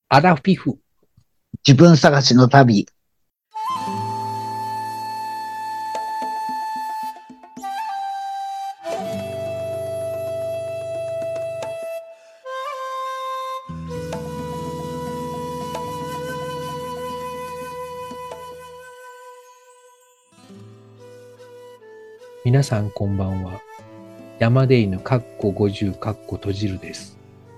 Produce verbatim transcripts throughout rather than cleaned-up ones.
アラフィフ。 自分探しの旅。 皆さんこんばんは。山で犬かっこごじゅうかっこ閉じるです。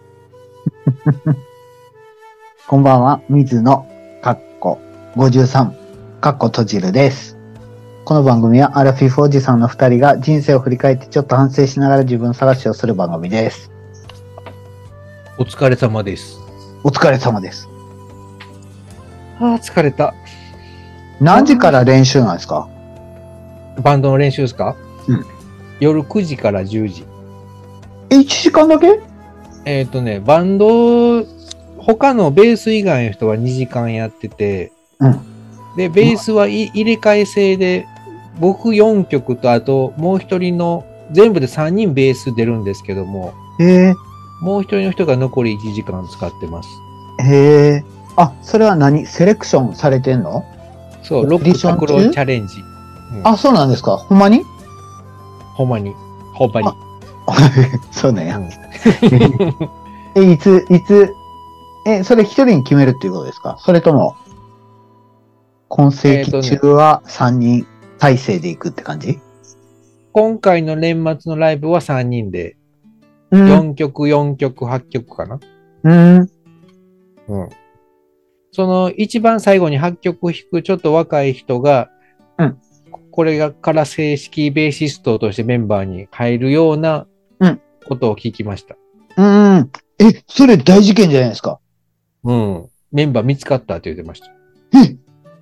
こんばんは、水野、かっこごじゅうさん、かっこ閉じるです。この番組はアラフィフおじさんのふたりが人生を振り返ってちょっと反省しながら自分探しをする番組です。 お疲れ様です。 お疲れ様です。 ああ、疲れた。 何時から練習なんですか？ バンドの練習ですか？ うん。 夜くじからじゅうじ。 え、いちじかんだけ？ えっ、ー、とね、バンド、他のベース以外の人はにじかんやってて、 うん。 で、ベースは入れ替え制で、僕よんきょくと、あともう一人の、全部でさんにんベース出るんですけども、 へえ。 もう一人の人が残りいちじかん使ってます。 へえ。あ、それは何？セレクションされてんの？ そう、ロックタクロチャレンジ。 うん、あ、そうなんですか？ほんまに？ ほんまに。ほんまに。 そうなんや。うん、え、いつ、いつ、え、それ一人に決めるっていうことですか？それとも、今世紀中はさんにん体制で行くって感じ？えーね、 今回の年末のライブはさんにんで、よんきょく、よんきょく、はっきょくかな。 うん。 うん。その一番最後にはっきょく弾くちょっと若い人が、うん、これがから正式ベーシストとしてメンバーに入るようなことを聞きました。 うん。うん。え、それ大事件じゃないですか。 うん。メンバー見つかったって言ってました。 え、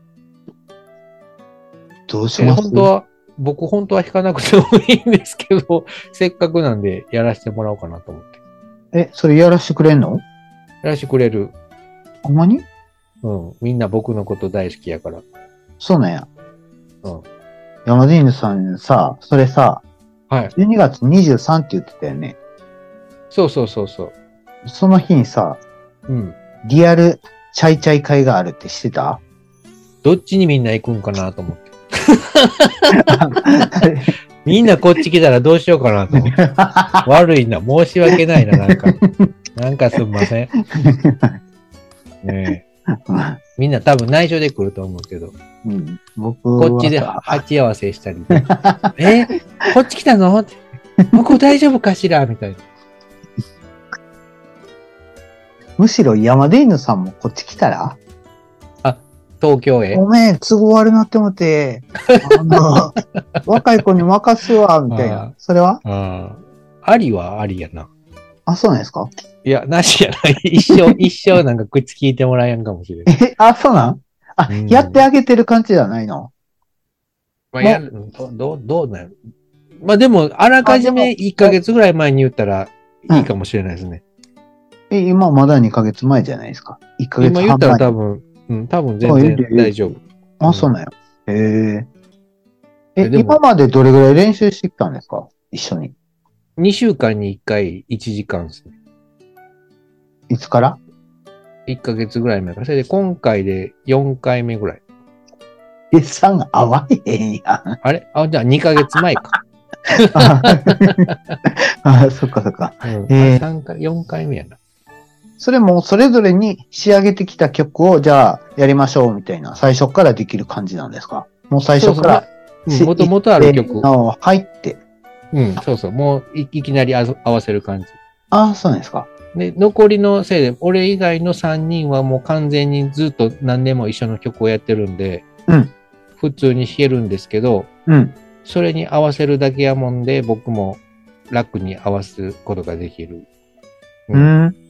どうします？ 本当は、僕本当は弾かなくてもいいんですけど、せっかくなんでやらせてもらおうかなと思って。 え、それやらせてくれんの？ やらせてくれる。 ほんまに？ うん。みんな僕のこと大好きやから。 そうなんや。 うん。 山田犬さんさ、それさ、 はい。 じゅうにがつにじゅうさんって言ってたよね。 そうそうそうそう。 その日にさ、 うん。 リアルチャイチャイ会があるって知ってた？ どっちにみんな行くんかなと思って。みんなこっち来たらどうしようかなと思って。悪いな。申し訳ないな。なんか、なんかすんません。ねえ。みんな多分内緒で来ると思うけど。うん、僕はこっちで鉢合わせしたり。えこっち来たの？ここ大丈夫かしらみたいな。 むしろ山出犬さんもこっち来たら？ あ、東京へ。 ごめん、都合悪なってもて、あの、若い子に任すわ、みたいな。それは？ ああ。ありはありやな。 あ、そうなんですか？ いや、なしやない。一生、一生なんか口聞いてもらえんかもしれない。 え、あ、そうなん？あ、うん、やってあげてる感じじゃないの？ まあ、やる、ど、どう、どうなる？まあでも、あらかじめいっかげつぐらい前に言ったらいいかもしれないですね。 うん、え、今まだにかげつまえじゃないですか。いっかげつはん前。 今言ったら多分、うん、多分全然大丈夫。 あ、そうなんや。へえ。え、今までどれぐらい練習してきたんですか？一緒に。 にしゅうかんにいっかいいちじかんですね。 いつから？ いっ ヶ月ぐらい前から。それで今回でよんかいめぐらい。 計算合わへんやん。 あれあ、じゃあにかげつまえか。 あ、そっかそっか。 うん、えー、さんかい、よんかいめやな。 それもそれぞれに仕上げてきた曲をじゃあやりましょうみたいな、最初からできる感じなんですか？もう最初から。 もともとある曲。 入って。 うん、そうそう。もういいきなり合わせる感じ。 ああ、そうなんですか。 で、残りのせいで、俺以外のさんにんはもう完全にずっと何年も一緒の曲をやってるんで、うん、普通に弾けるんですけど、うん、それに合わせるだけやもんで、僕も楽に合わすことができる。うん。うん、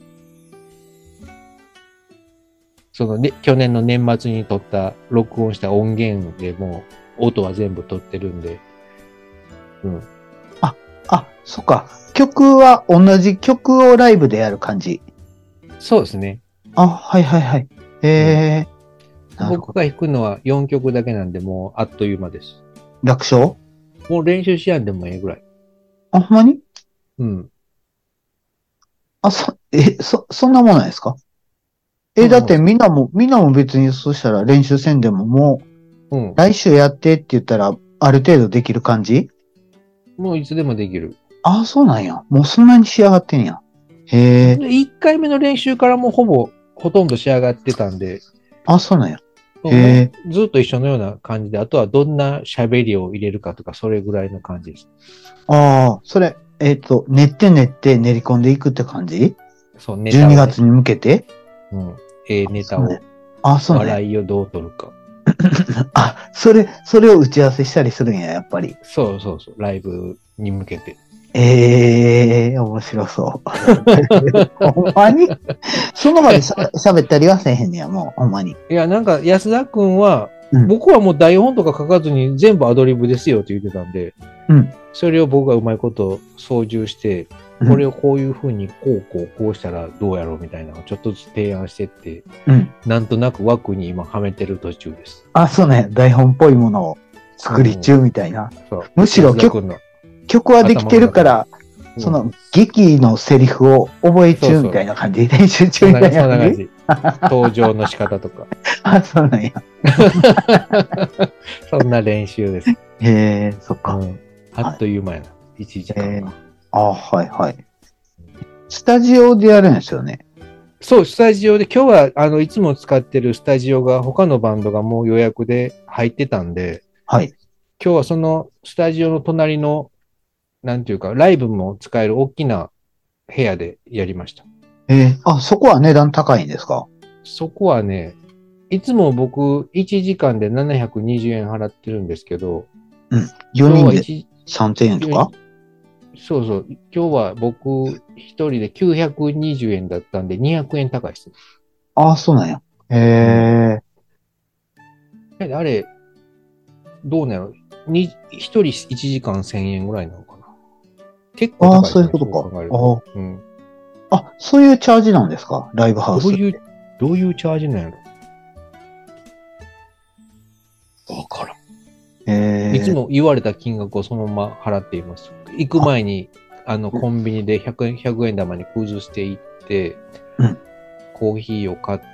そのね、去年の年末に撮った、録音した音源でもう、音は全部撮ってるんで、 うん。あ、あ、そっか。曲は同じ曲をライブでやる感じ。 そうですね。 あ、はいはいはい。えー、うん、僕が弾くのはよんきょくだけなんで、もうあっという間です。 楽勝？ もう練習しやんでもええぐらい。 あ、ほんまに？ うん。 あ、そ、え、そ、そんなもんなんですか？ え、だってみんなも、みんなも別にそうしたら練習戦でももう、うん、来週やってって言ったら、ある程度できる感じ？ もういつでもできる。 ああ、そうなんや。もうそんなに仕上がってんや。へえ。 いっかいめの練習からもうほぼ、ほとんど仕上がってたんで。 あ、そうなんや。へえ。 ずっと一緒のような感じで、あとはどんな喋りを入れるかとか、それぐらいの感じです。 ああ、それ、えっと、練って練って練り込んでいくって感じ？ そう、 ネタをね、じゅうにがつに向けて？ うん。ええネタを。 あ、そうね。 笑いをどう取るか。 あ、それ、それを打ち合わせしたりするんや、やっぱり。 そうそうそう、ライブに向けて。 ええー、面白そう。ほんまにその場で喋ったりはせえへんねや、もう、ほんまに。 いや、なんか安田くんは、うん、僕はもう台本とか書かずに全部アドリブですよって言ってたんで、うん、それを僕がうまいこと操縦して、これをこういうふうにこうこうこうしたらどうやろうみたいなのをちょっとずつ提案してって、うん、なんとなく枠に今はめてる途中です。 あ、そうね。台本っぽいものを作り中みたいな。うん、むしろ曲曲はできてるから、うん、その劇のセリフを覚え中みたいな感じで練習中みたいな感じ。 登場の仕方とか。 あ、そうなんや。 そんな練習です。 へえ、そっか、うん。 あっという間やな。いちじかんは。 あ、はいはい。スタジオでやるんですよね。 そう、スタジオで、今日は、あの、いつも使ってるスタジオが、他のバンドがもう予約で入ってたんで、はい。今日はそのスタジオの隣の、なんていうか、ライブも使える大きな部屋でやりました。 えー、あ、そこは値段高いんですか？ そこはね、いつも僕いちじかんでななひゃくにじゅうえん払ってるんですけど、 うん。よにんでさんぜんえんとか？ そうそう。今日は僕一人できゅうひゃくにじゅうえんだったんでにひゃくえん高いです。 ああ、そうなんや。へえ、うん。あれ、どうなの？に一人いちじかんせんえんぐらいなのかな。結構高いですね。ああ、そういうことか。 あ、うん、あ、そういうチャージなんですか？ライブハウス。 どういう、どういうチャージなんやろ？わからん。えー、いつも言われた金額をそのまま払っています。行く前に、あの、コンビニでひゃくえん、ひゃくえん玉に崩していって、うん、コーヒーを買って、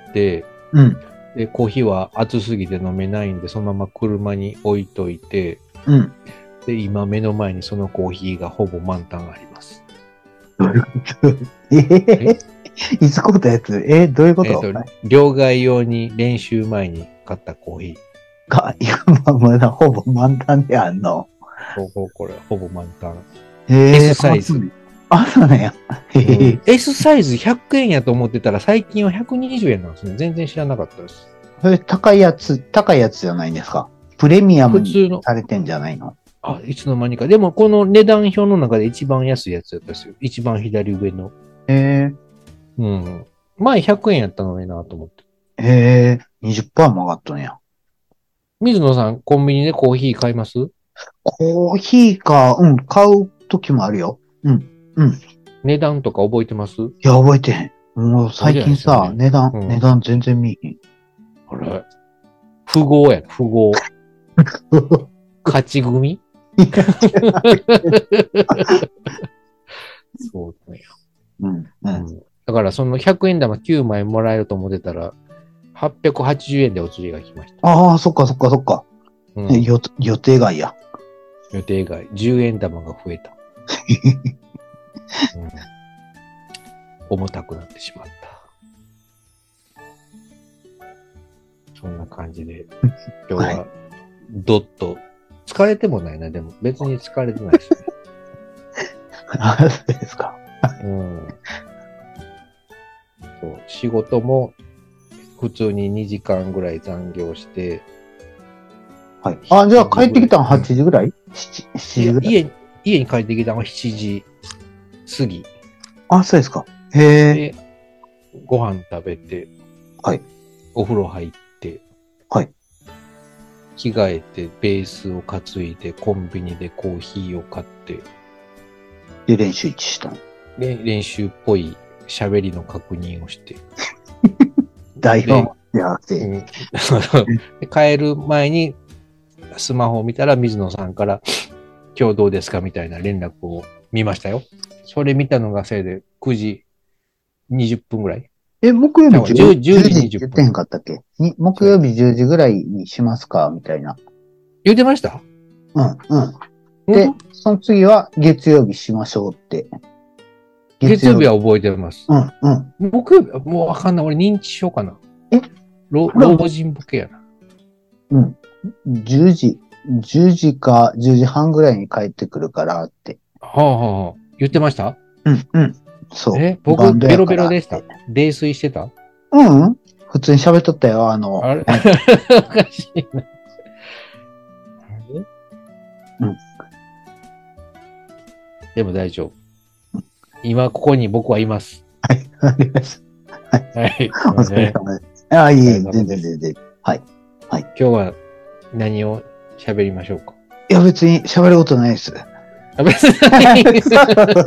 うん、で、コーヒーは熱すぎて飲めないんで、そのまま車に置いといて、うん、で、今目の前にそのコーヒーがほぼ満タンあります。 えー、いつ買ったやつ？えー、どういうこと？えっと、 両替用に練習前に買ったコーヒー。 が、今まだほぼ満タンであんの。 そうそう、これ、ほぼ満タン。 えー、エス サイズ。あ、そうなんや。 うん、S サイズひゃくえんやと思ってたら、最近はひゃくにじゅうえんなんですね。全然知らなかったです。 それ高いやつ、高いやつじゃないんですか？プレミアムにされてんじゃないの？ あ、いつの間にか。でも、この値段表の中で一番安いやつやったんですよ。一番左上の。 へえ。 うん。前ひゃくえんやったのになと思って。 へえ、にじゅっパーセント も上がったんや。 水野さん、コンビニでコーヒー買います？ コーヒーか、うん、買う時もあるよ。うん、うん。 値段とか覚えてます？いや、覚えてへん。もう最近さ、ね、値段、うん、値段全然見えへん。 あれ富豪や、富豪。勝ち組そうね。うん、うん。だからそのひゃくえん玉きゅうまいもらえると思ってたら、はっぴゃくはちじゅうえんでお釣りが来ました。 ああ、そっかそっかそっか。うん、予予定外や。 予定外。じゅうえん玉が増えた。うん、重たくなってしまった。そんな感じで、今日はどっと、疲れてもないな、でも別に疲れてないですね。 あ、そうですか。 うん。そう、仕事も普通ににじかんぐらい残業して、 はい。あ、じゃあ帰ってきたのはちじぐらい？ しち 時ぐらい？ 家、家に帰ってきたのはしちじ過ぎ。 あ、そうですか。へえ。 で、ご飯食べて、 はい。 お風呂入って、 はい。 着替えて、ベースを担いで、コンビニでコーヒーを買って、 で、練習一致したの？ で、練習っぽい喋りの確認をして。 台本であって。 で帰る前に、スマホを見たら、水野さんから、今日どうですかみたいな連絡を見ましたよ。それ見たのがせいでくじにじゅっぷんぐらい。 え、木曜日じゅうじじゅうじにじゅっぷんって言ってへんかったっけに木曜日じゅうじぐらいにしますかみたいな。 言ってました？ うん、うん。で、その次は月曜日しましょうって。 月曜日は覚えてます。 うん、うん。 木曜日はもうわかんない。俺認知症かな。 え老老人ボケやな。 うん。じゅうじ、じゅうじかじゅうじはんぐらいに帰ってくるからって。 はあはあはあ。言ってました？ うん、うん。そう。 え、僕、ベロベロでした。泥酔してた？ うん、うん。普通に喋っとったよ、あの。 あれおかしいな。 うん。 でも大丈夫。今、ここに僕はいます。 はい、あります。はい。 はい。 お疲れ様です。ああ、いい、全然全然。はい。はい。 今日は何を喋りましょうか？ いや、別に喋ることないです。 あ、別にないです。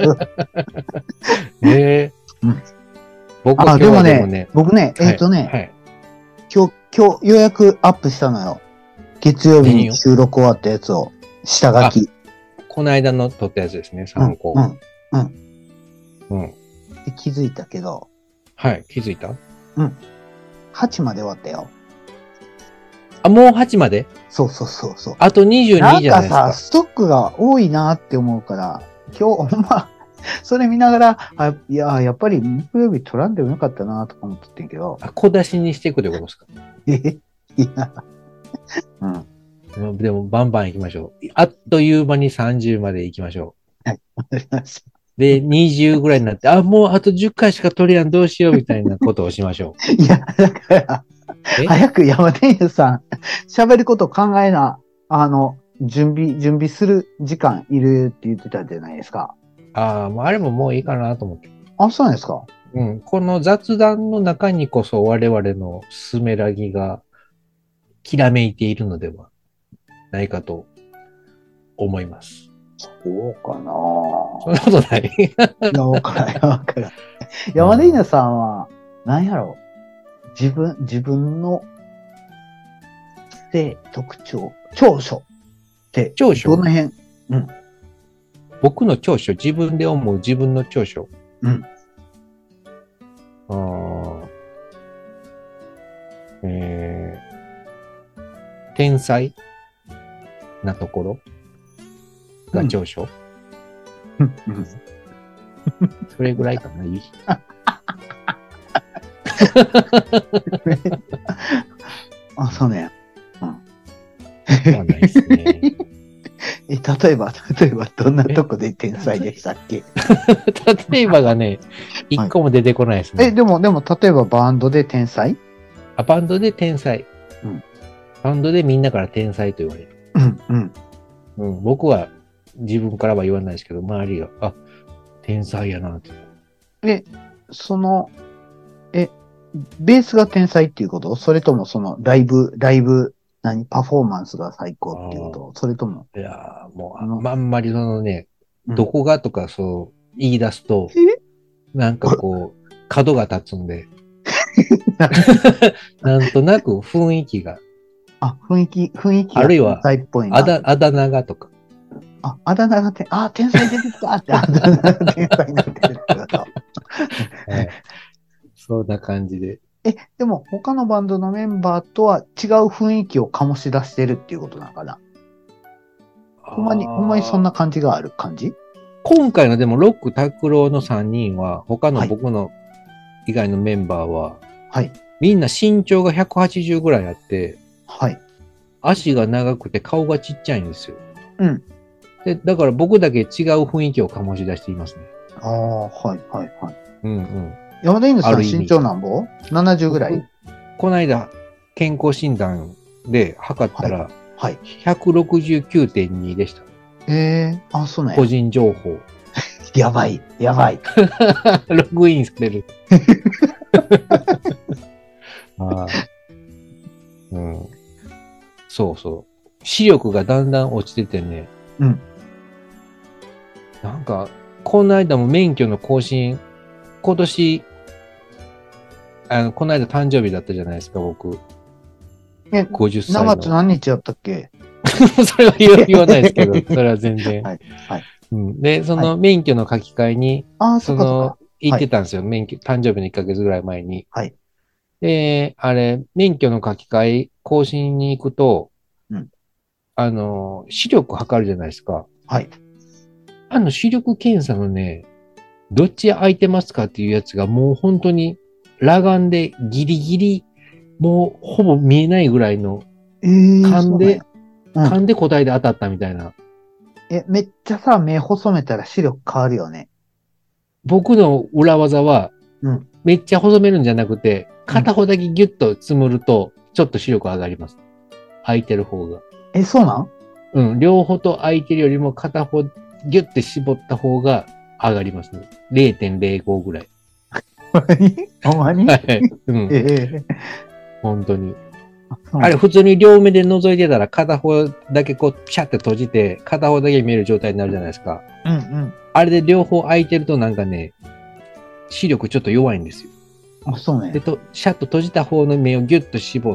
えー、うん、僕は今日はでもね、 僕ね、えっとね、はい、今日、今日ようやくアップしたのよ。月曜日に収録終わったやつを、下書き。 この間の撮ったやつですね、参考。うん。うん。 うん。で気づいたけど。 はい、気づいた？ うん。はちまで終わったよ。 あ、もうはちまで？ そうそうそうそう。 あとにじゅうにじゃないですか。 なんかさ、ストックが多いなって思うから、今日、ほんま、それ見ながら、あいや、やっぱり木曜日取らんでもよかったなとか思ってんけど。 あ、小出しにしていくってことですか？ えいや。 うん。でも、バンバン行きましょう。あっという間にさんじゅうまで行きましょう。はい、わかりました。 で、にじゅうぐらいになって、あ、もうあとじゅっかいしか取りやん、どうしようみたいなことをしましょう。いや、だから、早く山田優さん、喋ること考えな、あの、準備、準備する時間いるって言ってたじゃないですか。 ああ、もうあれももういいかなと思って。 あ、そうなんですか？ うん。この雑談の中にこそ我々のスメラギがきらめいているのではないかと思います。 そうかな？ そんなことない。いや、わからない、わからない。山田稲さんは、何やろう、自分、自分の性、特徴、長所って、 長所？ どの辺？うん。 僕の長所、自分で思う自分の長所。 うん。 ああ。えー、天才なところが長所、うん、それぐらいかな。いいあ、そうね。うん。 わないですね。 え、例えば、例えば、どんなとこで天才でしたっけ？ 例えばがね、一個も出てこないですね。 え、でも、でも、例えばバンドで天才？ あ、バンドで天才。うん。バンドでみんなから天才と言われる。 うん、うん。 うん、僕は自分からは言わないですけど、周りが、あ、天才やなって。 で、その、え、ベースが天才っていうこと？それともそのライブ、ライブ、何パフォーマンスが最高っていうこと？それとも。 いやーもう、あの、まあんまりそのね、うん、どこがとかそう言い出すと、なんかこう、角が立つんで、なんとなく雰囲気が。 あ、雰囲気、雰囲気が天才っぽいな。 あるいは、あだ名がとか。 あ、あだ名がて、あ、天才出てきたって、あだ名が天才になってるってこと。はい。 そんな感じで。 え、でも他のバンドのメンバーとは違う雰囲気を醸し出してるっていうことなのかな？ほんまに、ほんまにそんな感じがある感じ？ 今回のでもロック拓郎のさんにんは、他の僕の以外のメンバーは、 はい。 みんな身長がひゃくはちじゅうぐらいあって、 はい。 足が長くて顔がちっちゃいんですよ。 うん。 で、だから僕だけ違う雰囲気を醸し出していますね。 ああ、はいはいはい。 うんうん。 山田犬さん身長なんぼ ?ななじゅう ぐらい？ この間、健康診断で測ったら、 はい。 ひゃくろくじゅうきゅうてんに でした。 ええー、あ、そうね。 個人情報。 やばい、やばい。 ログインされる。あうん、そうそう。視力がだんだん落ちててね。 うん。 なんか、この間も免許の更新、今年、あの、この間誕生日だったじゃないですか、僕。 え、ごじゅっさいの。何月何日やったっけ？ それは言わないですけど、それは全然。 はい。はい。 うん、で、その免許の書き換えに、 はい、 その行ってたんですよ。はい、免許、誕生日のいっかげつぐらい前に。 はい。 で、あれ、免許の書き換え、更新に行くと、うん、あの、視力測るじゃないですか。 はい。 あの視力検査のね、どっち空いてますかっていうやつがもう本当に裸眼でギリギリ、もうほぼ見えないぐらいの、勘で、えーうん、勘で答えで当たったみたいな。 え、めっちゃさ、目細めたら視力変わるよね。 僕の裏技は、うん、めっちゃ細めるんじゃなくて、片方だけギュッとつむると、ちょっと視力上がります。空いてる方が。 え、そうなん？ うん、両方と空いてるよりも片方ギュッて絞った方が上がりますね。れいてんれいご ぐらい。 ほんまに？ はい。うん。えー、本当に。 うん、 あれ、普通に両目で覗いてたら片方だけこう、ピシャって閉じて、片方だけ見える状態になるじゃないですか。 うんうん。 あれで両方開いてるとなんかね、視力ちょっと弱いんですよ。 あ、そうね。 で、と、シャッと閉じた方の目をギュッと絞って、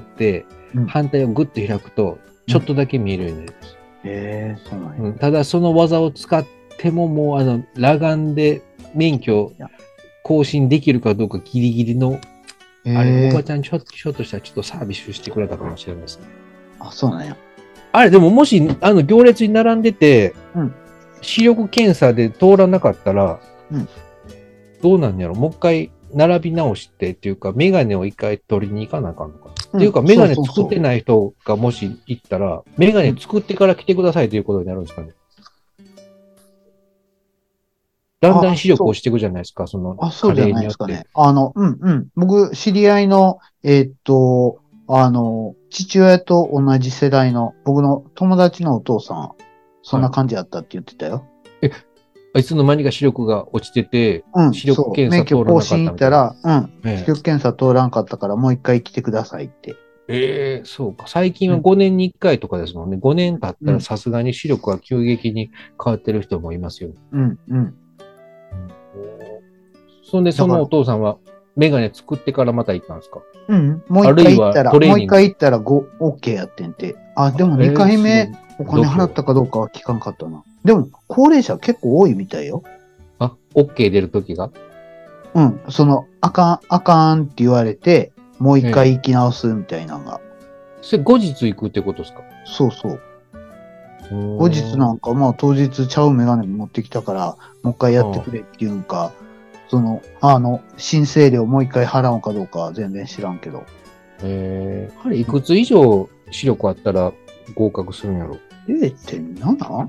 うん、反対をグッと開くと、ちょっとだけ見えるようになります。 うん、へえ、そうなんや、 うん。ただ、その技を使っても、もう、あの、裸眼で免許更新できるかどうかギリギリの、あれ、おばちゃんちょっと、ちょっとしたらちょっとサービスしてくれたかもしれないですね。 あ、そうなんや。 あれ、でももし、あの、行列に並んでて、うん、視力検査で通らなかったら、うん、どうなんやろ？もう一回並び直してっていうか、メガネを一回取りに行かなあかんのか。うん、っていうか、メガネ作ってない人がもし行ったら、メガネ作ってから来てくださいということになるんですかね。だんだん視力をしていくじゃないですか、その加齢によって。ね、 あの、うんうん。僕、知り合いの、えー、っと、あの、父親と同じ世代の、僕の友達のお父さん、そんな感じだったって言ってたよ。 はい、え、いつの間にか視力が落ちてて、 うん、 視力検査通らなかったみたいな。免許更新行ったら、うん、ええ、視力検査通らんかったからもう一回来てくださいって。 ええー、そうか。最近はごねんにいっかいとかですもんね。うん、ごねん経ったらさすがに視力が急激に変わってる人もいますよ。 うん、うん。 そんで、そのお父さんはメガネ作ってからまた行ったんですか？ うん。もう一回行ったら、もう一回行ったらご、OK やってんて。あ、でもにかいめお金払ったかどうかは聞かんかったな。でも、高齢者結構多いみたいよ。 あ、OK 出るときが？ うん。その、あかん、あかんって言われて、もう一回行き直すみたいなのが。 それ後日行くってことですか？ そうそう。後日なんか、まあ当日ちゃうメガネ持ってきたから、もう一回やってくれっていうんか、その、あの、申請料もう一回払うかどうかは全然知らんけど。 えー、あれいくつ以上視力あったら合格するんやろ？ れいてんなな？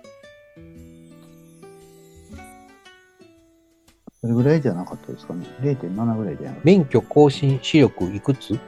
それぐらいじゃなかったですかね。れいてんなな ぐらいじゃない。 免許更新視力いくつ？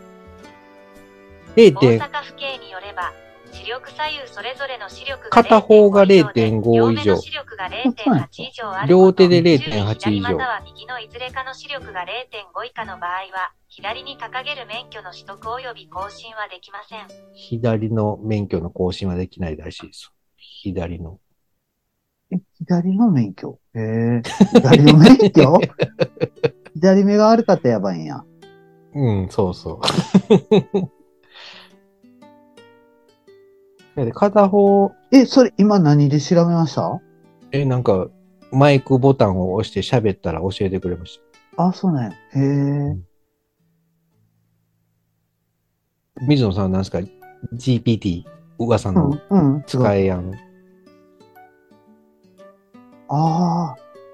れい. 大阪府警によれば、視力左右それぞれの視力が片方が れいてんご 以上。両手で れいてんはち 以上。 または右のいずれかの視力が れいてんご 以下の場合は、左に掲げる免許の取得及び更新はできません。 左の免許の更新はできないらしいです。左の。 え、左の免許？へえ。左の免許？左目が悪かったらやばいんや。 うん、そうそう。片方。 え、それ今何で調べました？ え、なんか、マイクボタンを押して喋ったら教えてくれました。 あ、そうなんや。へえ、うん。 水野さんは何ですか？ ジーピーティー、噂の使えやん。うんうん、 ああ。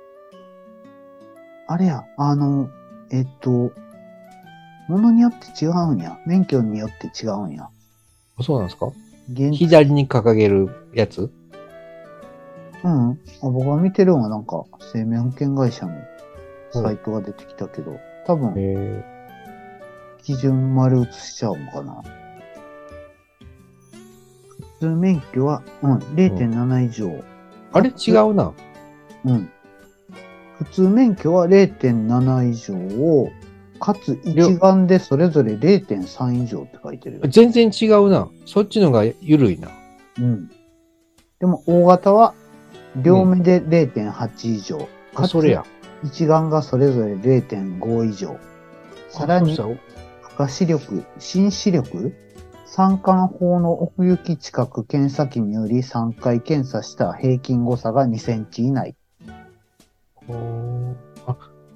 あれや、あの、えっと、ものによって違うんや。免許によって違うんや。 そうなんですか？左に掲げるやつ？ うん。あ、僕が見てるのはなんか、生命保険会社のサイトが出てきたけど、うん、多分、基準丸写しちゃうのかな。普通免許は、うん、れいてんなな 以上、うん。 あれ違うな。 うん。普通免許は れいてんなな 以上を、かつ一眼でそれぞれ れいてんさん 以上って書いてるよ。 全然違うな。そっちのが緩いな。 うん。でも大型は両目で れいてんはち 以上。うん、 かつそれや。 一眼がそれぞれ れいてんご 以上。さらに、不可視力、新視力、三冠法の奥行き近く検査機によりさんかい検査した平均誤差がにセンチ以内。 あ、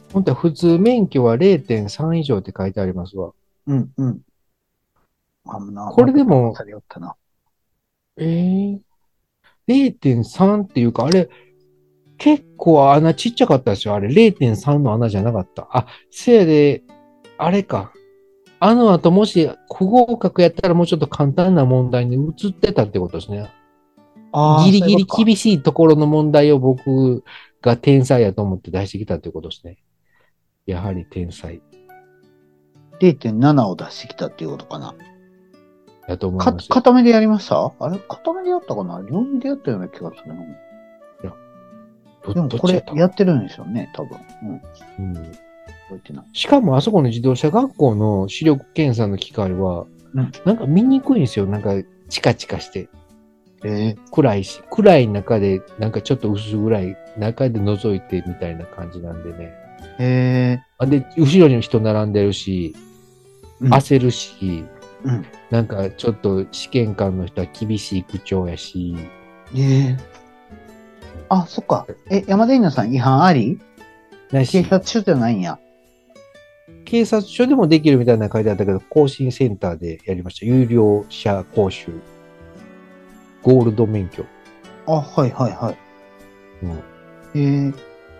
本当は普通免許は れいてんさん 以上って書いてありますわ。 うんうん。あんな。 これでも、 されよったな。 えー、れいてんさん っていうか、あれ、結構穴ちっちゃかったですよ。あれ、れいてんさん の穴じゃなかった。あ、せやで、あれか。あの後、もし不合格やったらもうちょっと簡単な問題に移ってたってことですね。 ああ、 ギリギリそういうことか。 厳しいところの問題を僕が天才やと思って出してきたってことですね。やはり天才れいてんなな を出してきたっていうことかな。 やと思いか、 ますよ。 固めでやりました？あれ固めでやったかな？両目でやったような気がするな。 いや、 でもこれやってるんですよね、多分。うん。うん、 しかもあそこの自動車学校の視力検査の機械は、うん、なんか見にくいんですよ。なんかチカチカして。えー、暗いし、暗い中で、なんかちょっと薄暗い中で覗いてみたいな感じなんでね。 へえー。 で、後ろに人並んでるし、焦るし、うん、なんかちょっと試験官の人は厳しい口調やし。 ええー。あ、そっか。え、山田稲さん違反あり？なし。警察署じゃないんや。 警察署でもできるみたいな書いてあったけど、更新センターでやりました。有料者講習。ゴールド免許。 あ、はいはいはい。うん、えー、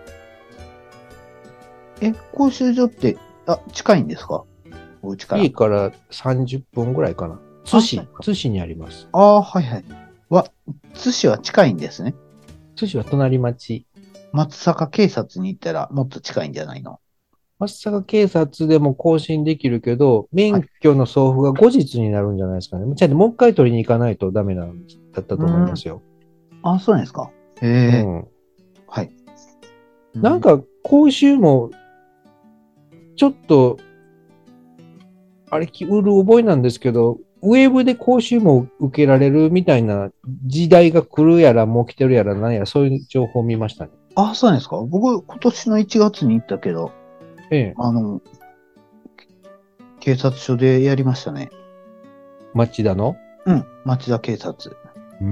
え、講習所って、あ、近いんですか？お家から。 家からさんじゅっぷんぐらいかな。津市、津市にあります。 ああ、はいはい。わ、津市は近いんですね。 津市は隣町。 松阪警察に行ったらもっと近いんじゃないの？ 松阪警察でも更新できるけど、免許の送付が後日になるんじゃないですかね。はい、ちゃんともう一回取りに行かないとダメなんだったと思いますよ。 あ、そうなんですか。へえ、うん。はい。 なんか、講習も、ちょっと、あれ、売る覚えなんですけど、ウェブで講習も受けられるみたいな時代が来るやら、もう来てるやら、なんや、そういう情報を見ましたね。 あ、そうなんですか。僕、今年のいちがつに行ったけど、ええ。あの、警察署でやりましたね。 町田の？ うん、町田警察。 うん。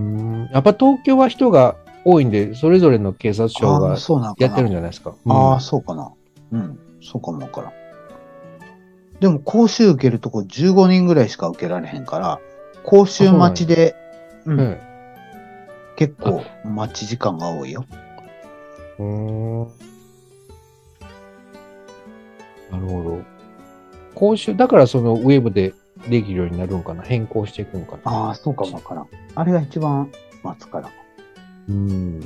やっぱ東京は人が多いんで、それぞれの警察署がやってるんじゃないですか。 ああ、そうかな。うん、そうかもわからん。でも、講習受けるとこじゅうごにんぐらいしか受けられへんから、講習待ちで、うん、うん、結構待ち時間が多いよ。 うーん。なるほど。講習、だからそのウェブでできるようになるんかな、変更していくんかな。 ああ、そうかもわからん。あれが一番待つから。 うーん。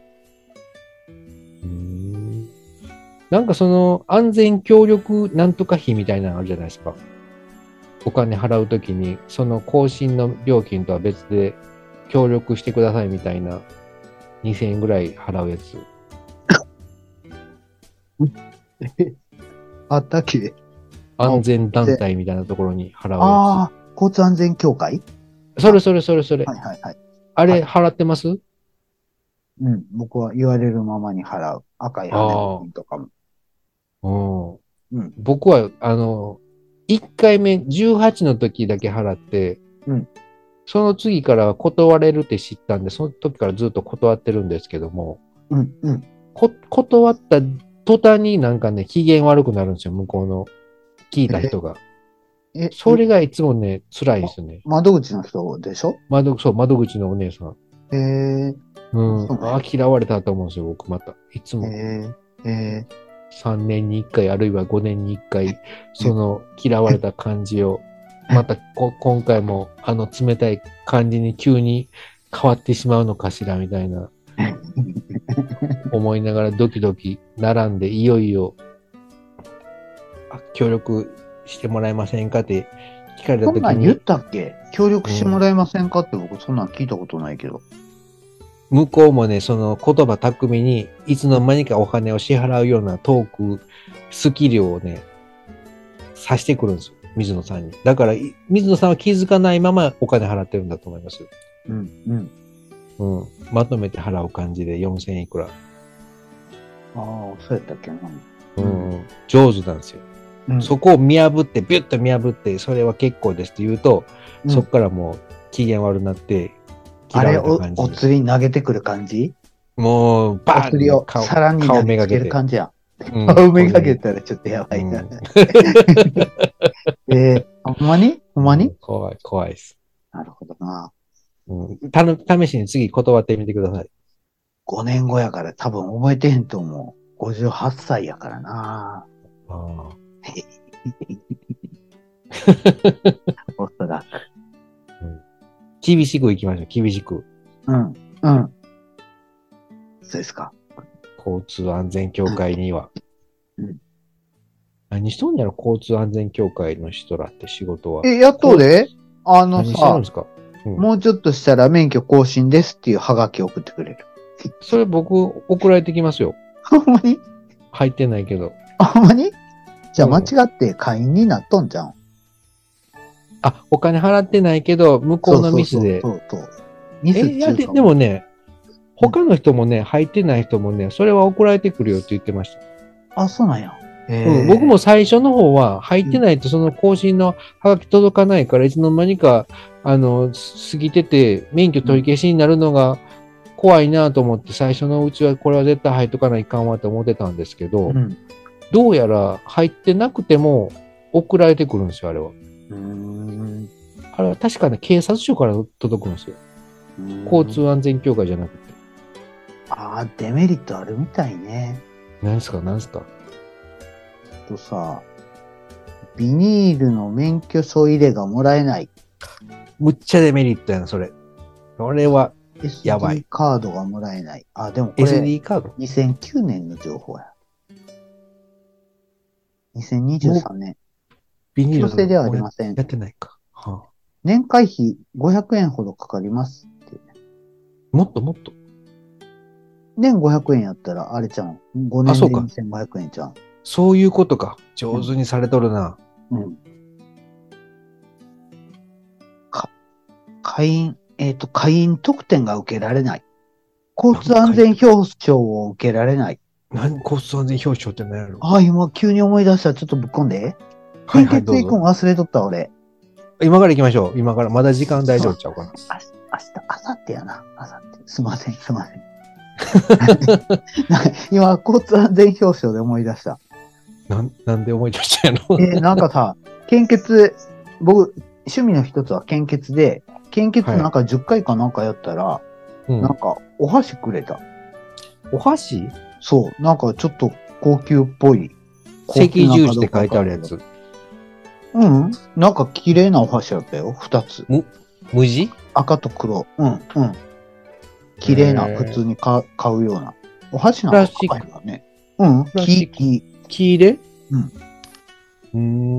うーん。なんかその安全協力なんとか費みたいなのあるじゃないですか。お金払うときに、その更新の料金とは別で協力してくださいみたいなにせんえんぐらい払うやつ。 あったっけ？ 安全団体みたいなところに払うやつ。 ああ、交通安全協会？ それそれそれそれ。 はいはいはい。 あれ払ってます？はい、 うん、僕は言われるままに払う。赤い羽の金とかも。 うん、僕は、あの、いっかいめ、じゅうはちの時だけ払って、うん、その次からは断れるって知ったんで、その時からずっと断ってるんですけども、うんうん、こ断った途端になんかね、機嫌悪くなるんですよ、向こうの聞いた人が。えそれがいつもね、辛いですね。 窓口の人でしょ？ 窓、そう、窓口のお姉さん。 へえ。 うん。あ、嫌われたと思うんですよ、僕また。いつも。 へえ。へえ。 さんねんにいっかい、あるいはごねんにいっかい、その嫌われた感じを、またこ今回もあの冷たい感じに急に変わってしまうのかしらみたいな思いながらドキドキ並んで、いよいよ協力してもらえませんかって聞かれた時に。 そんなん言ったっけ？協力してもらえませんかって、僕そんなん聞いたことないけど。 向こうもね、その言葉巧みに、いつの間にかお金を支払うようなトーク、スキルをね、さしてくるんですよ、水野さんに。だから、水野さんは気づかないままお金払ってるんだと思います。うん、うん。うん。まとめて払う感じでよんせんえんいくら。ああ、そうやったっけな。 うん。上手なんですよ。うん、そこを見破って、ビュッと見破って、それは結構ですって言うと、うん、そこからもう機嫌悪くなって、 あれお、お釣り投げてくる感じ？ もう、バーンお釣りを皿に投げつける感じや。 うん、顔めがけたらちょっとやばいな。うん、えー、ほんまにほんまに、うん、 怖い、怖いです。 なるほどな。 うん、たの試しに次断ってみてください。 ごねんごやから多分覚えてへんと思う。ごじゅうはっさいやからな。ああ。おそらく、 うん。厳しく行きましょう、厳しく。 うん、うん。そうですか。 交通安全協会には。 うん。 何しとんやろ、交通安全協会の人らって仕事は。 え、やっとであの何してるんでさ、 すか、うん、 もうちょっとしたら免許更新ですっていうハガキ送ってくれる。 それ僕送られてきますよ。 ほんまに入ってないけど。 あ、ほんまにじゃあ間違って会員になっとんじゃん。 あ、お金払ってないけど、向こうのミスで。 そうそうそうそう。ミスえ、いやで、でもね、他の人もね、入ってない人もね、それは送られてくるよって言ってました。 あ、そうなんや。 うん、僕も最初の方は入ってないとその更新のハガキ届かないから、いつの間にか、あの、過ぎてて、免許取り消しになるのが怖いなと思って、最初のうちはこれは絶対入っとかないかんわって思ってたんですけど、うん、どうやら入ってなくても送られてくるんですよ、あれは。うーん、あれは確かね、警察署から届くんですよ。交通安全協会じゃなくて。 ああ、デメリットあるみたいね。 何すか、何すか。 とさ、ビニールの免許証入れがもらえない。 むっちゃデメリットやな、それ。それは、やばい。 エスディー カードがもらえない。あ、でもこれ、 エスディー カードにせんきゅうねんの情報や。にせんにじゅうさんねん。 ビニール強制ではありません。 やってないか。はあ、 年会費ごひゃくえんほどかかりますって。 もっともっと。 年ごひゃくえんやったら、あれちゃん。ごねんでにせんごひゃくえんちゃん。 そういうことか。上手にされとるな。うん。うん、 か、会員、えっと、会員特典が受けられない。交通安全表彰を受けられない。 何交通安全表彰って何やろ。 あ、今急に思い出したらちょっとぶっこんで。献血行くん忘れとった、俺。 今から行きましょう。今から。まだ時間大丈夫ちゃうかな。明日、明日、明後日やな。明後日。すいません、すいません。今、交通安全表彰で思い出した。 なん、なんで思い出したんやろ。 えー、なんかさ、献血、僕、趣味の一つは献血で、献血なんかじゅっかいかなんかやったら、はい、なんか、お箸くれた。 お箸？ そう、なんかちょっと高級っぽい。 赤十字って書いてあるやつ。 うん。なんか綺麗なお箸だったよ、二つ。 む、無地？ 赤と黒。うん、うん。綺麗な、普通に買うような。お箸なんか高いわね。うん、木、木。 木で？ うん。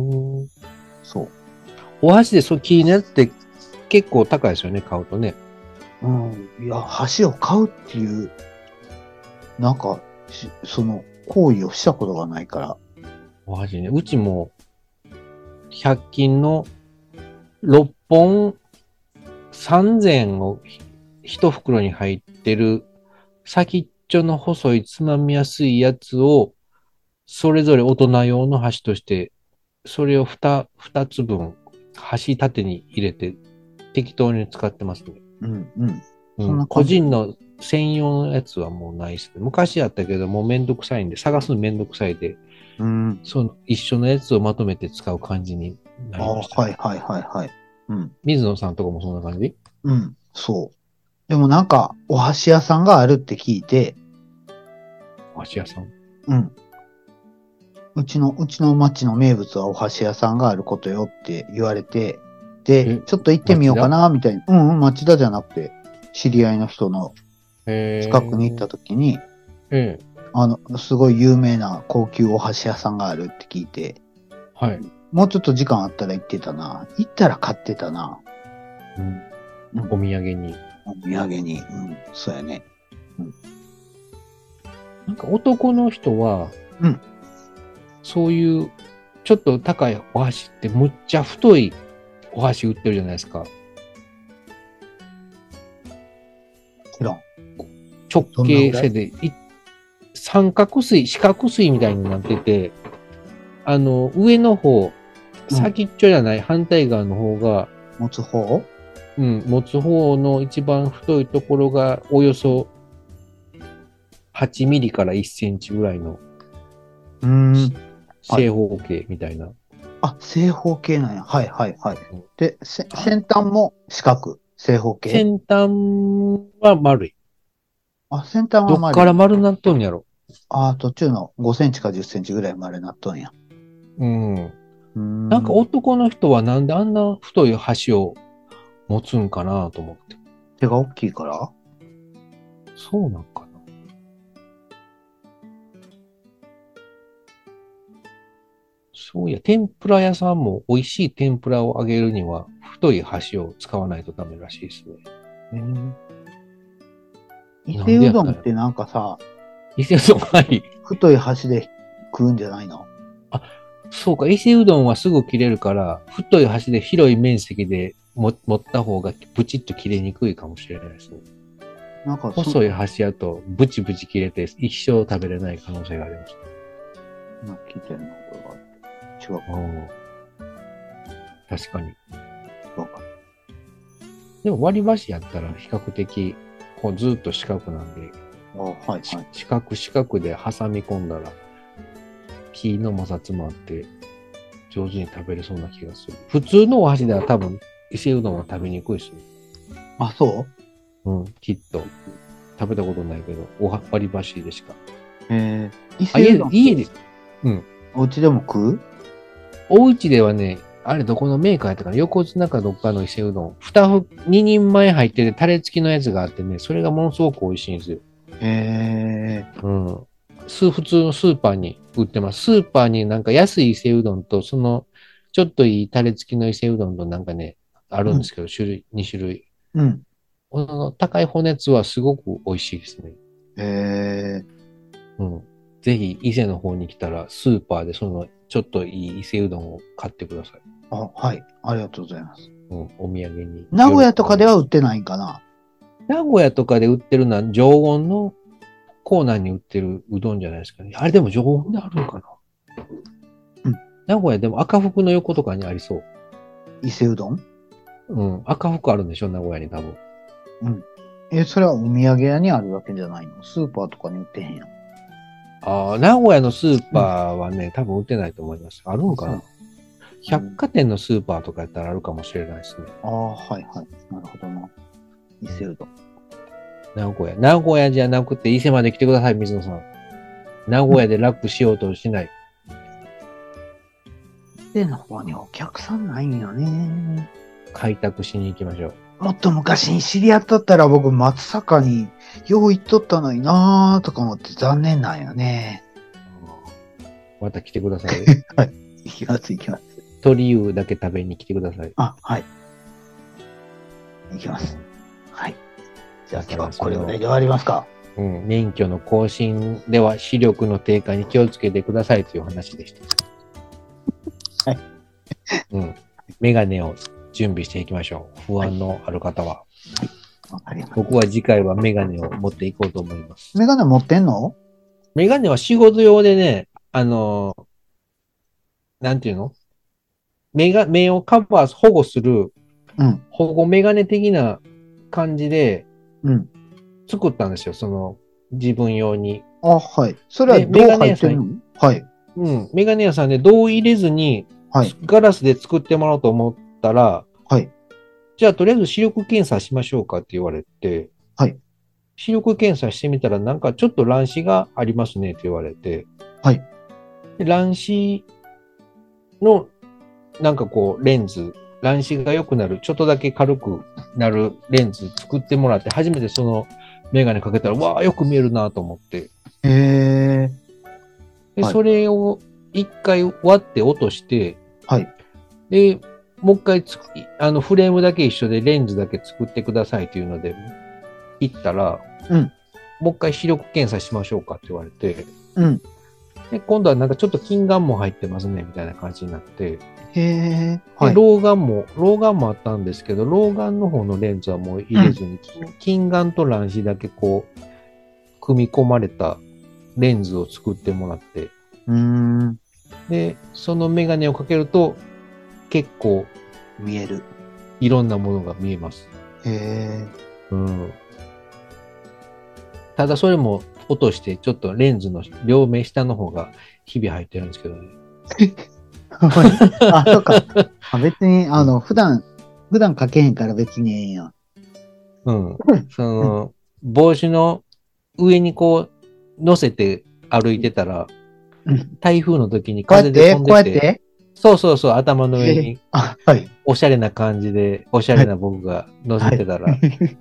うーん。 そう。 お箸でそう木のやつって結構高いですよね、買うとね。 うん。いや、箸を買うっていう、なんか、その、行為をしたことがないから。 お箸ね。うちも、ひゃく均のろっぽんさんぜんを一袋に入ってる先っちょの細いつまみやすいやつを、それぞれ大人用の箸として、それを二、二つ分、箸縦に入れて適当に使ってますね。 うん、うん。 うん、個人の専用のやつはもうないですね。昔やったけど、もうめんどくさいんで、探すのめんどくさいで、うん、その一緒のやつをまとめて使う感じになりました、 ね。あ、はいはいはいはい。 うん。水野さんとかもそんな感じ？ うん、そう。でもなんか、お箸屋さんがあるって聞いて。 お箸屋さん？ うん。うちの、うちの町の名物はお箸屋さんがあることよって言われて、で、ちょっと行ってみようかな、みたいな。うん、うん、町田じゃなくて、知り合いの人の近くに行った時に、 えー、 あの、すごい有名な高級お箸屋さんがあるって聞いて、 はい。 もうちょっと時間あったら行ってたな。行ったら買ってたな。 うん。うん、お土産に。 お土産に。うん。そうやね。うん。 なんか男の人は、 うん。 そういう、ちょっと高いお箸ってむっちゃ太いお箸売ってるじゃないですか。 直径せで、三角錐、四角錐みたいになってて、あの、上の方、先っちょじゃない、うん、反対側の方が、 持つ方？ うん、持つ方の一番太いところが、およそはちミリからいっセンチぐらいのうん。 正方形みたいな。 あ、正方形なんや。はいはいはい。で、せ先端も四角、正方形。 先端は丸い。 あ、先端どっは丸い。 から丸なっとんやろ。 あ、途中のごセンチかじゅっセンチぐらい丸なっとんや。 うん。 うん。 なんか男の人はなんであんな太い箸を持つんかなと思って。 手が大きいから？ そうなんかな。そういや、天ぷら屋さんも美味しい天ぷらを揚げるには太い箸を使わないとダメらしいですね。 えー、伊なん勢でやったんやろ。 うどんってなんかさ、 伊勢うどん、はい。 太い箸で食うんじゃないの？ あ、そうか、伊勢うどんはすぐ切れるから、太い箸で広い面積でも持った方がブチッと切れにくいかもしれないですね。 なんかそ、 細い箸やとブチブチ切れて一生食べれない可能性がありました。 なんか聞いてんのこれが違うか。 うん、確かに。 そうか。 でも割り箸やったら比較的こうずっと四角なんで、 あ、はいはい。 四角四角で挟み込んだら木の摩擦もあって上手に食べれそうな気がする。普通のお箸では多分伊勢うどんは食べにくいですね。 あ、そう？ うん、きっと。食べたことないけど、おは割り箸でしか。 えー、伊あ、家で、 勢うどん家で、うん。 お家でも食う？ お家ではね、あれどこのメーカーやったかな、横綱かどっかの伊勢うどん、二ふ、二人前入っててタレ付きのやつがあってね、それがものすごく美味しいんですよ。 へえー。 うん。ス普通のスーパーに売ってます。スーパーになんか安い伊勢うどんと、その、ちょっといいタレ付きの伊勢うどんとなんかね、あるんですけど、種類、二種類。 うん。 この高い骨熱はすごく美味しいですね。 へえー。 うん。ぜひ、伊勢の方に来たら、スーパーでその、ちょっといい伊勢うどんを買ってください。 あ、はい。ありがとうございます。 うん、お土産に。 名古屋とかでは売ってないんかな？ 名古屋とかで売ってるのは、常温のコーナーに売ってるうどんじゃないですかね。あれでも常温であるのかな？うん。名古屋でも赤福の横とかにありそう。 伊勢うどん？ うん。赤福あるんでしょ、名古屋に多分。 うん。え、それはお土産屋にあるわけじゃないの？スーパーとかに売ってへんやん。 ああ、名古屋のスーパーはね、うん、多分売ってないと思います。あるんかな？百貨店のスーパーとかやったらあるかもしれないですね。 ああ、はいはい。なるほどな。伊勢うどん。 名古屋。名古屋じゃなくて伊勢まで来てください、水野さん。名古屋で楽しようとしない。 伊勢の方にお客さんないんよね。 開拓しに行きましょう。 もっと昔に知り合っとったら僕松阪によう行っとったのになーとか思って残念なんよね。 また来てください。 はい。行きます行きます。 鳥湯だけ食べに来てください。 あ、はい。行きます。はい。じゃあ今日はこれぐらいで終わりますか。 うん。免許の更新では視力の低下に気をつけてくださいという話でした。はい。うん。メガネを準備していきましょう。不安のある方は。はい。わかります。僕は次回はメガネを持っていこうと思います。 メガネ持ってんの？ メガネは仕事用でね、あのー、なんていうの？目が、目をカバー、保護する、うん、保護メガネ的な感じで、うん。作ったんですよ、その、自分用に。 あ、はい。それはどう入ってるの？はい。 うん。メガネ屋さんで銅を入れずに、はい。ガラスで作ってもらおうと思ったら、はい。じゃあ、とりあえず視力検査しましょうかって言われて、はい。視力検査してみたら、なんかちょっと乱視がありますねって言われて、はい。で乱視の、なんかこう、レンズ、乱視が良くなる、ちょっとだけ軽くなるレンズ作ってもらって、初めてそのメガネかけたら、わあ、よく見えるなと思って。へー。で、はい、それを一回割って落として、はい。で、もう一回つあの、フレームだけ一緒でレンズだけ作ってくださいっていうので、行ったら、うん。もう一回視力検査しましょうかって言われて、うん。で、今度はなんかちょっと近眼も入ってますね、みたいな感じになって、へー。はい。老眼も、老眼もあったんですけど、老眼の方のレンズはもう入れずに、うん、近眼と乱視だけこう、組み込まれたレンズを作ってもらって、うーん。で、そのメガネをかけると、結構、見える。いろんなものが見えます。へー。うん。ただそれも落として、ちょっとレンズの両目下の方が日々入ってるんですけどね。 あ、そっか。あ別に、あの、普段、普段かけへんから別にええんや。 うん。その、帽子の上にこう、乗せて歩いてたら、 うん、 台風の時にこうやって風で飛んでて、 こうやってそうそうそう、頭の上に、 あ、はい。 おしゃれな感じで、おしゃれな僕が乗せてたら、 はい、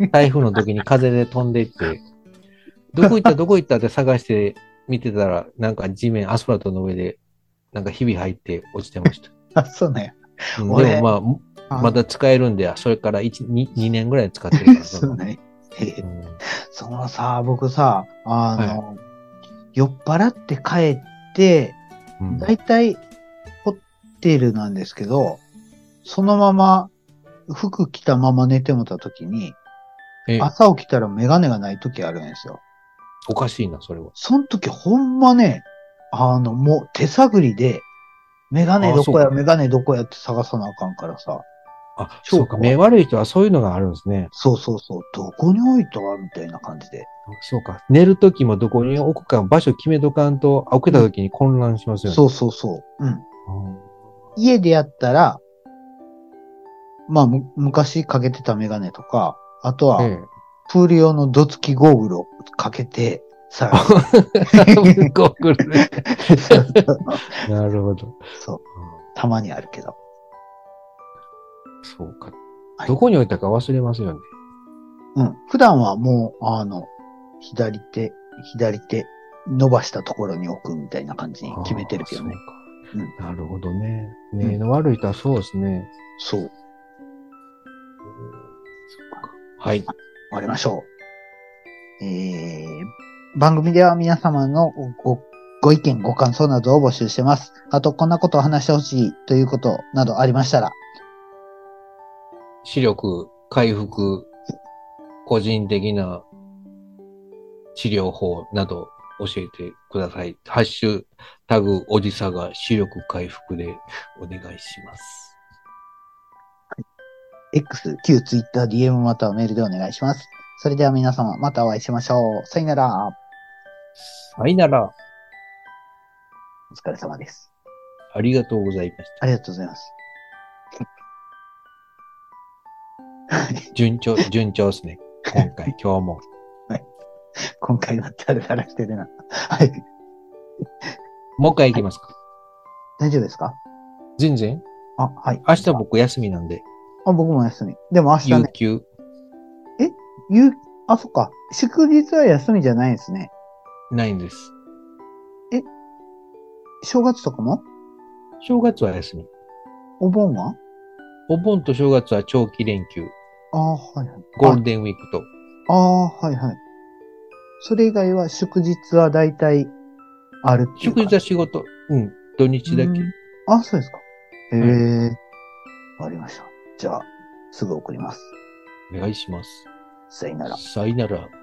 台風の時に風で飛んでいって、どこ行ったどこ行ったって探して見てたら、なんか地面、アスファルトの上で、なんかひび入って落ちてました。 あ、そうね。 うん、でもまあ、まだ使えるんで、それからいち、に、にねんぐらい使ってるから。 そうね。 うん、 そのさ、僕さ、あの、 はい、 酔っ払って帰って、 うん、 だいたいホテルなんですけど、そのまま服着たまま寝てもた時に、 え、 朝起きたらメガネがない時あるんですよ。 おかしいな、それは。 その時ほんまね、あの、もう手探りで、メガネああ、 どこや、 そうか。 メガネどこやって探さなあかんからさ、 あ、そうか。 超怖い。 目悪い人はそういうのがあるんですね。 そうそうそう、どこに置いたみたいな感じで。 そうか。寝るときもどこに置くか場所決めとかんと、起きたときに混乱しますよね。 そうそうそう。うん。 うん、 家でやったら、まあ、む昔かけてたメガネとか、あとは、 ええ。 プール用のドツキゴーグルをかけて、さあ、 ゴーグルね。 そうそうなるほど。 そう。たまにあるけど。 そうか。 はい、 どこに置いたか忘れますよね。 うん。普段はもう、あの、左手、左手、伸ばしたところに置くみたいな感じに決めてるけどね。 そうか。 うん。 なるほどね。目の悪い人はそうですね。 そう。 はい。 終わりましょう。えー、番組では皆様のご、ご意見、ご感想などを募集してます。あと、こんなことを話してほしいということなどありましたら。 視力回復、個人的な治療法など教えてください。ハッシュタグおじさが視力回復でお願いします。 X、旧 Twitter、ディーエム またはメールでお願いします。それでは皆様、またお会いしましょう。さよなら。 さよなら。 お疲れ様です。 ありがとうございました。 ありがとうございます。 順調、順調ですね。今回、今日も。 はい。今回はダラダラしてるな。はい。 もう一回行きますか、はい、 大丈夫ですか？ 全然。 あ、はい。 明日僕休みなんで。 あ、僕も休み。でも明日ね。 有給。 え有、あ、そっか。祝日は休みじゃないんですね。 ないんです。 え正月とかも？ 正月は休み。 お盆は？ お盆と正月は長期連休。 ああ、はいはい。 ゴールデンウィークと。 ああ、はいはい。それ以外は祝日は大体あるっていうか。 祝日は仕事。うん。土日だけ。 あ、そうですか。へえ、 はい、 わかりました。じゃあ、すぐ送ります。 お願いします。 さよなら。 さよなら。